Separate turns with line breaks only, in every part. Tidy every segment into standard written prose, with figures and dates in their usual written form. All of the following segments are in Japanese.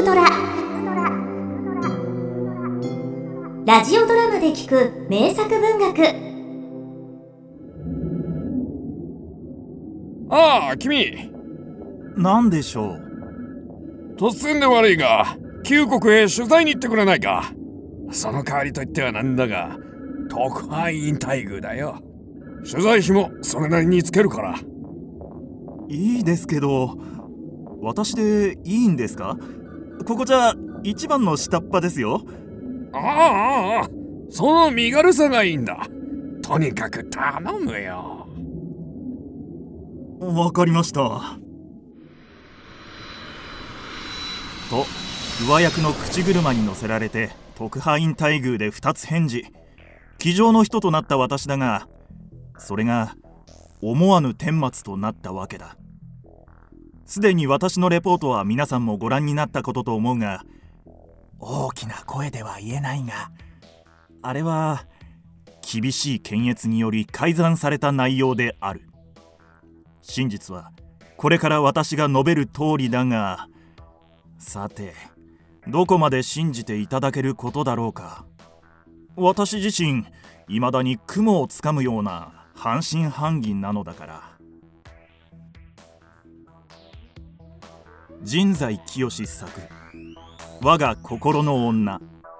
トラ。ラジオドラマで聞く名作文学。
ああ、君。
何でしょう。
突然で悪いが、旧国へ取材に行ってくれないか。その代わりと言ってはなんだが、特派員待遇だよ。取材費もそれなりにつけるから。
いいですけど、私でいいんですか？ここじゃ一番の下っ端ですよ。
ああ、その身軽さがいいんだ。とにかく頼むよ。
わかりました。と、上役の口車に乗せられて特派員待遇で2つ返事。机上の人となった私だが、それが思わぬ顛末となったわけだ。すでに私のレポートは皆さんもご覧になったことと思うが、大きな声では言えないが、あれは厳しい検閲により改ざんされた内容である。真実はこれから私が述べる通りだが、さてどこまで信じていただけることだろうか。私自身未だに雲をつかむような半信半疑なのだから。陣在清作、我が心の女。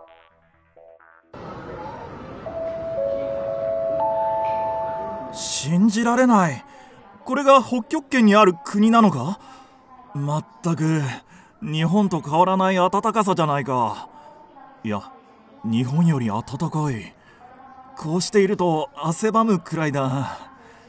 信じられない。これが北極圏にある国なのか？まったく日本と変わらない暖かさじゃないか。いや、日本より暖かい。こうしていると汗ばむくらいだ。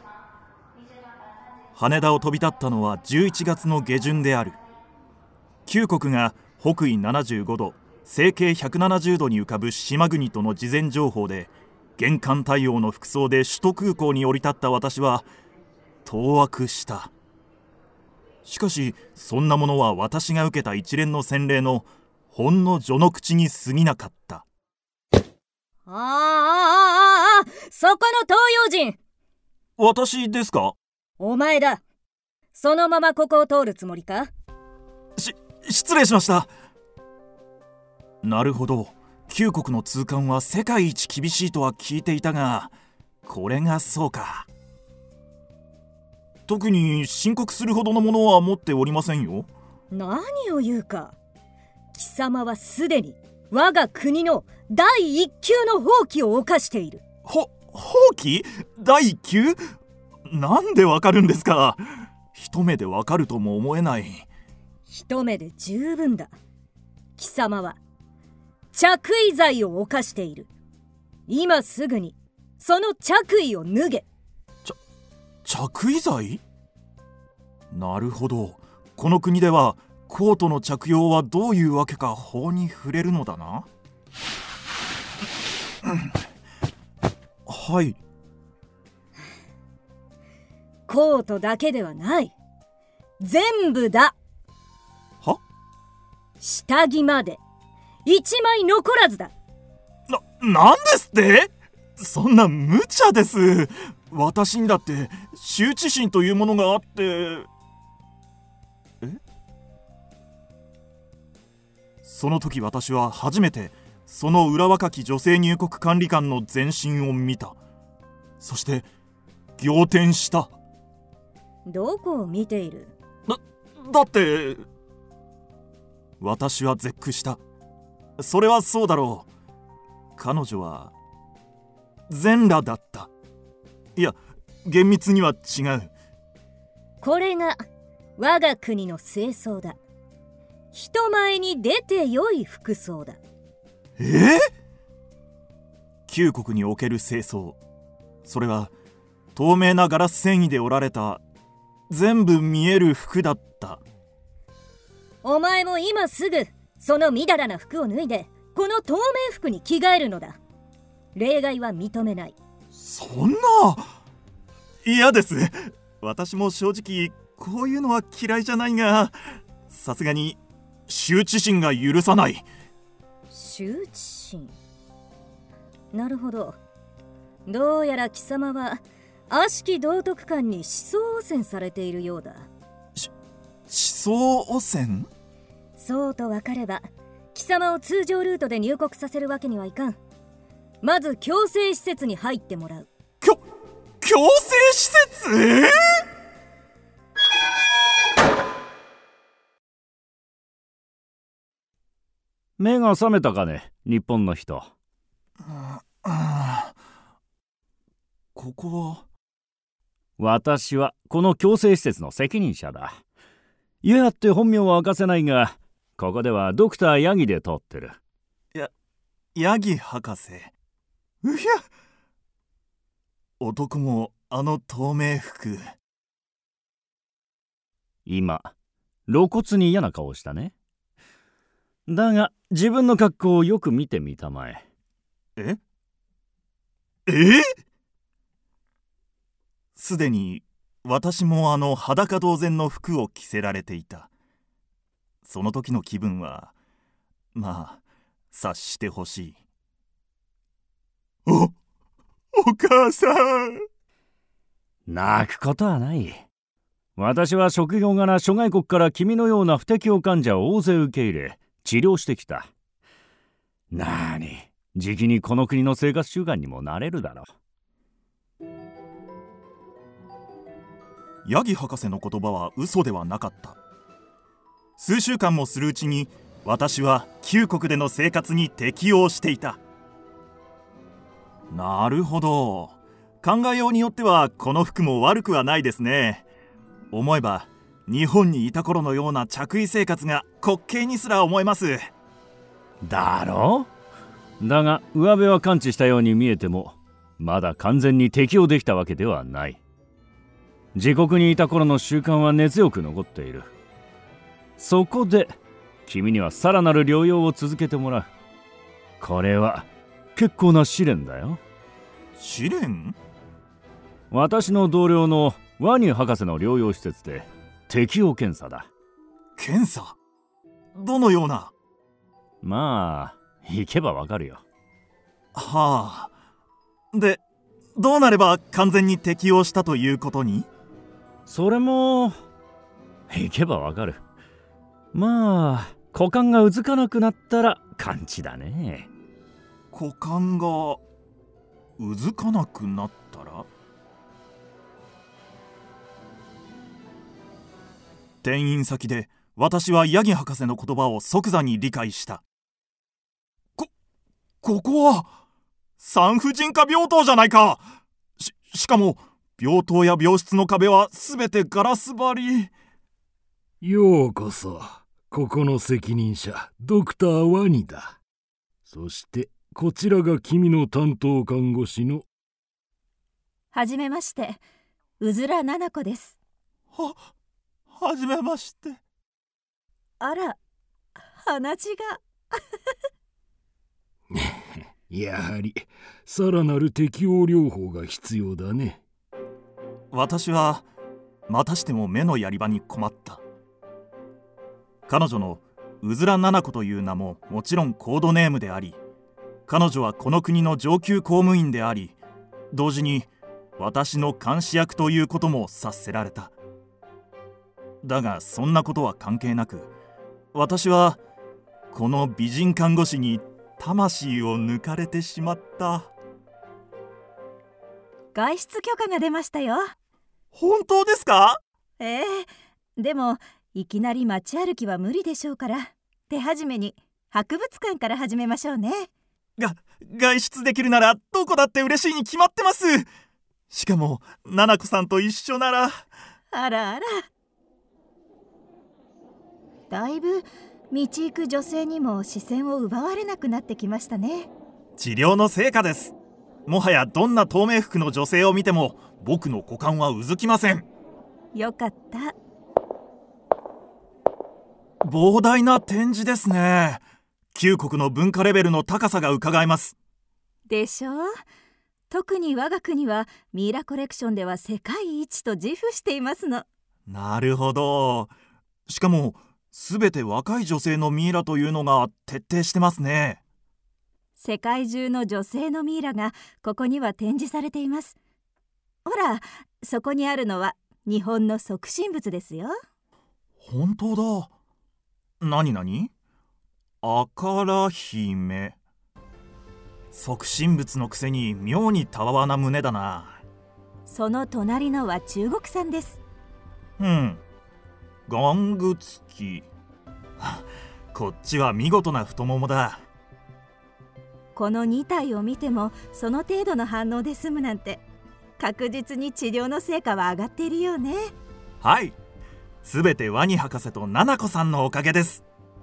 羽田を飛び立ったのは11月の下旬である。旧国が北緯75度西経170度に浮かぶ島国との事前情報で、厳寒対応の服装で首都空港に降り立った私は当惑した。しかしそんなものは私が受けた一連の洗礼のほんの序の口に過ぎなかった。
そこの東洋人。
私ですか？
お前だ。そのままここを通るつもりか？
失礼しました。なるほど、旧国の通関は世界一厳しいとは聞いていたが、これがそうか。特に申告するほどのものは持っておりませんよ。
何を言うか。貴様はすでに我が国の第一級の法規を犯している。
法規？第一級？なんでわかるんですか？一目でわかるとも思えない。
一目で十分だ。貴様は着衣罪を犯している。今すぐにその着衣を脱げ。
着衣罪？なるほど、この国ではコートの着用はどういうわけか法に触れるのだな。はい。
コートだけではない。全部だ。
は？
下着まで一枚残らずだ。
なんですって？そんな無茶です。私にだって羞恥心というものがあって。その時私は初めてその裏若き女性入国管理官の全身を見た。そして仰天した。
どこを見ている？
だって私は絶句した。それはそうだろう。彼女は全裸だった。いや、厳密には違う。
これが我が国の正装だ。人前に出て良い服装だ。
旧国における正装、それは透明なガラス繊維で織られた全部見える服だった。
お前も今すぐそのみだらな服を脱いでこの透明服に着替えるのだ。例外は認めない。
そんな。嫌です。私も正直こういうのは嫌いじゃないが、さすがに羞恥心が許さない。
羞恥心？なるほど。どうやら貴様は悪しき道徳観に思想汚染されているようだ。
思想汚染？
そうと分かれば貴様を通常ルートで入国させるわけにはいかん。まず強制施設に入ってもらう。
強制施設？
目が覚めたかね、日本の人。
ここは？
私はこの強制施設の責任者だ。ゆやって本名は明かせないが、ここではドクターヤギで通ってる。
ヤギ博士。うひゃ、男もあの透明服。
今露骨に嫌な顔をしたね。だが自分の格好をよく見てみたまえ。
すでに私もあの裸同然の服を着せられていた。その時の気分はまあ察してほしい。お母さん。
泣くことはない。私は職業柄諸外国から君のような不適応患者を大勢受け入れ治療してきた。なに、じきにこの国の生活習慣にもなれるだろう。
ヤギ博士の言葉は嘘ではなかった。数週間もするうちに私は旧国での生活に適応していた。なるほど。考えようによってはこの服も悪くはないですね。思えば日本にいた頃のような着衣生活が滑稽にすら思えます。
だろう。だが上辺は完治したように見えてもまだ完全に適応できたわけではない。自国にいた頃の習慣は根強く残っている。そこで君にはさらなる療養を続けてもらう。これは結構な試練だよ。
試練？
私の同僚のワニュ博士の療養施設で適応検査だ。
検査？どのような？
まあ行けばわかるよ。
はあ。で、どうなれば完全に適応したということに？
それも行けばわかる。まあ股間がうずかなくなったら完治だね。
股間がうずかなくなったら？転院先で私はヤギ博士の言葉を即座に理解した。ここは産婦人科病棟じゃないか。しかも病棟や病室の壁はすべてガラス張り。
ようこそ。ここの責任者ドクターワニだ。そしてこちらが君の担当看護師の。
はじめまして、うずらななこです。
はじめまして。
あら、鼻血が
やはりさらなる適応療法が必要だね。
私はまたしても目のやり場に困った。彼女のうずらななこという名ももちろんコードネームであり、彼女はこの国の上級公務員であり、同時に私の監視役ということも察せられた。だがそんなことは関係なく、私はこの美人看護師に魂を抜かれてしまった。
外出許可が出ましたよ。
本当ですか？
でもいきなり街歩きは無理でしょうから、手始めに博物館から始めましょうね。
外出できるならどこだって嬉しいに決まってます。しかもななこさんと一緒なら。
あらあら。だいぶ道行く女性にも視線を奪われなくなってきましたね。
治療の成果です。もはやどんな透明服の女性を見ても僕の股間はうずきません。
よかった。
膨大な展示ですね。旧国の文化レベルの高さがうかがえます。
でしょう。特に我が国はミイラコレクションでは世界一と自負していますの。
なるほど。しかもすべて若い女性のミイラというのが徹底してますね。
世界中の女性のミイラがここには展示されています。ほら、そこにあるのは日本の即身仏ですよ。
本当だ。 何あから姫。即身仏のくせに妙にたわわな胸だな。
その隣のは中国産です。
玩具付き。こっちは見事な太ももだ。
この2体を見てもその程度の反応で済むなんて、確実に治療の成果は上がっているようね。
はい、すべてワニ博士とナナコさんのおかげです。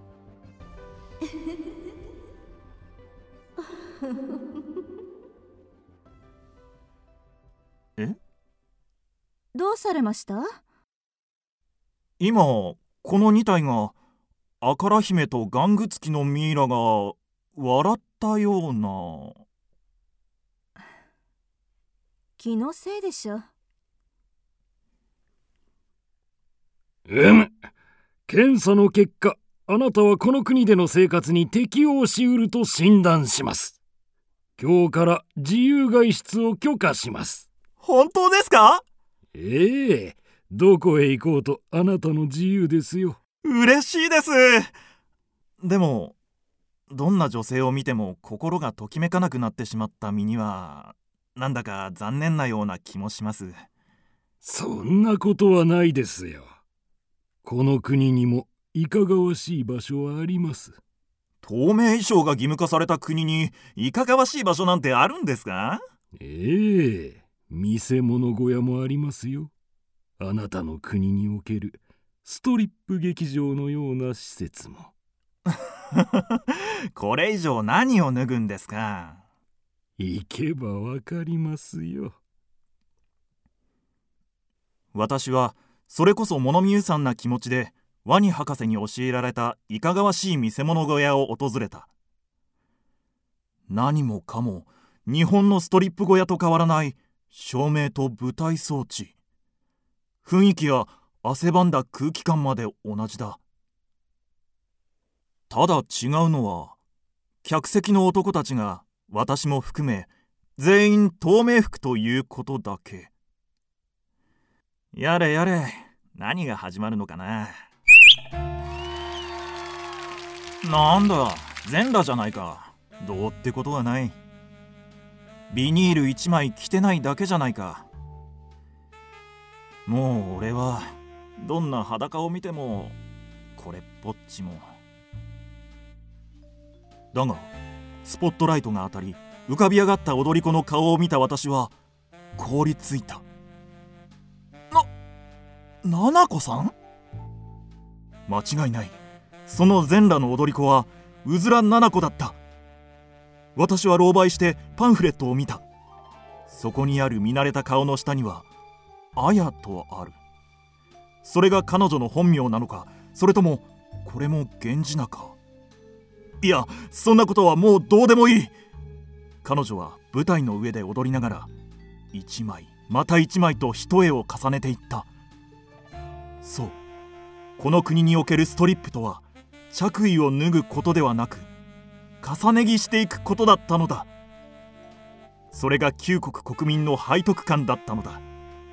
え？
どうされました？
今この2体があから姫と玩具付きのミイラが笑ったような。
気のせいでしょ。
検査の結果、あなたはこの国での生活に適応しうると診断します。今日から自由外出を許可します。
本当ですか？
ええ、どこへ行こうとあなたの自由ですよ。
嬉しいです。でもどんな女性を見ても心がときめかなくなってしまった身にはなんだか残念なような気もします。
そんなことはないですよ。この国にもいかがわしい場所はあります。
透明衣装が義務化された国にいかがわしい場所なんてあるんですか？
ええ、見せ物小屋もありますよ。あなたの国におけるストリップ劇場のような施設も。
これ以上何を脱ぐんですか？
行けばわかりますよ。
私はそれこそ物見遊山な気持ちでワニ博士に教えられたいかがわしい見せ物小屋を訪れた。何もかも日本のストリップ小屋と変わらない照明と舞台装置、雰囲気や汗ばんだ空気感まで同じだ。ただ違うのは客席の男たちが私も含め全員透明服ということだけ。やれやれ、何が始まるのかな。なんだ、全裸じゃないか。どうってことはない。ビニール1枚着てないだけじゃないか。もう俺はどんな裸を見てもこれっぽっちも。だがスポットライトが当たり浮かび上がった踊り子の顔を見た私は凍りついた。ナナコさん？間違いない。その全裸の踊り子はうずらナナコだった。私は狼狽してパンフレットを見た。そこにある見慣れた顔の下にはアヤとある。それが彼女の本名なのか、それともこれも源氏名か。いや、そんなことはもうどうでもいい。彼女は舞台の上で踊りながら一枚また一枚と一重を重ねていった。そう、この国におけるストリップとは着衣を脱ぐことではなく重ね着していくことだったのだ。それが旧国国民の背徳感だったのだ。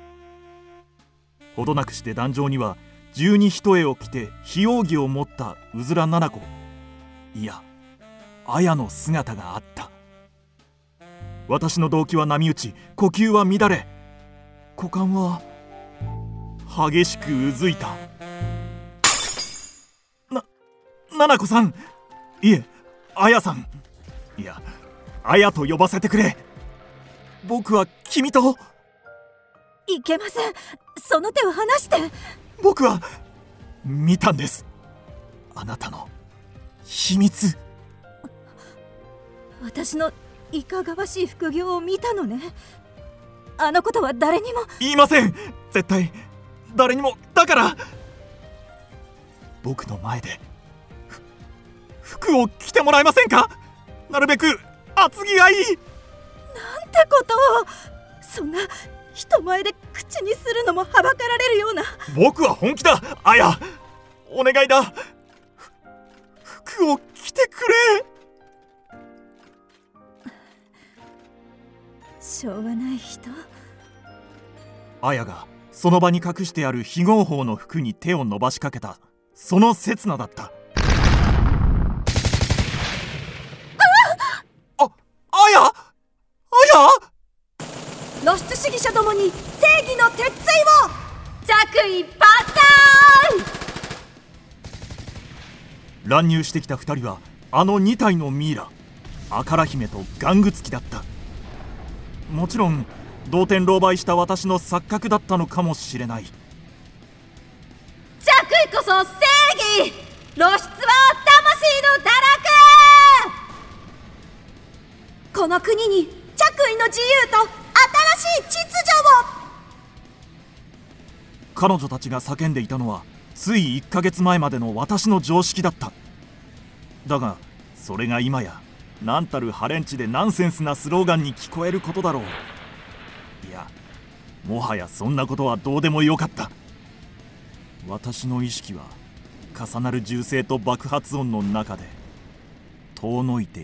ほどなくして壇上には十二一重を着て非扇を持ったうずら七子、いや綾の姿があった。私の動悸は波打ち、呼吸は乱れ、股間は激しくうずいた。七子さん、いえ綾さん、いや綾と呼ばせてくれ。僕は君と。
いけません、その手を離して。
僕は見たんです、あなたの秘密。
私のいかがわしい副業を見たのね。あのことは誰にも。
言いません、絶対誰にも。だから僕の前で服を着てもらえませんか。なるべく厚着がいい。
なんてことを。そんな人前で口にするのもはばかられるような。
僕は本気だ、綾。お願いだ、服を着てくれ。
しょうがない人。
綾がその場に隠してある非合法の服に手を伸ばしかけた。その刹那だった。
露出主義者どもに正義の鉄槌を。
着衣パターン。
乱入してきた2人はあの2体のミイラ、アカラ姫とガングツキだった。もちろん同点狼狽した私の錯覚だったのかもしれない。
着衣こそ正義、露出は魂の堕落。
この国に着衣の自由と新しい秩序を。
彼女たちが叫んでいたのはつい1ヶ月前までの私の常識だった。だがそれが今や何たるハレンチでナンセンスなスローガンに聞こえることだろう。いや、もはやそんなことはどうでもよかった。私の意識は重なる銃声と爆発音の中で遠のいていった。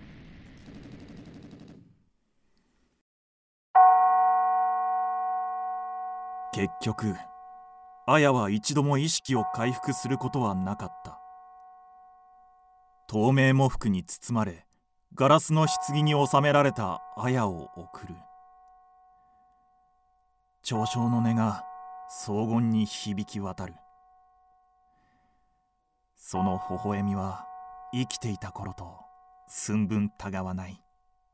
結局アヤは一度も意識を回復することはなかった。透明喪服に包まれガラスの棺に収められたアヤを送る。嘲笑の音が荘厳に響き渡る。その微笑みは生きていた頃と寸分たがわない。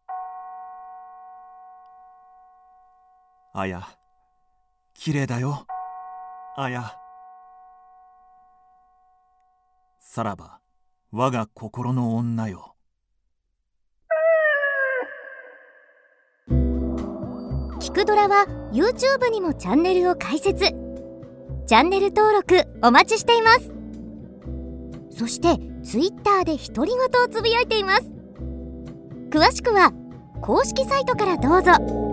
アヤ、綺麗だよ、アヤ。さらば我が心の女よ。
キクドラは YouTube にもチャンネルを開設。チャンネル登録お待ちしています。そして Twitter で独り言をつぶやいています。詳しくは公式サイトからどうぞ。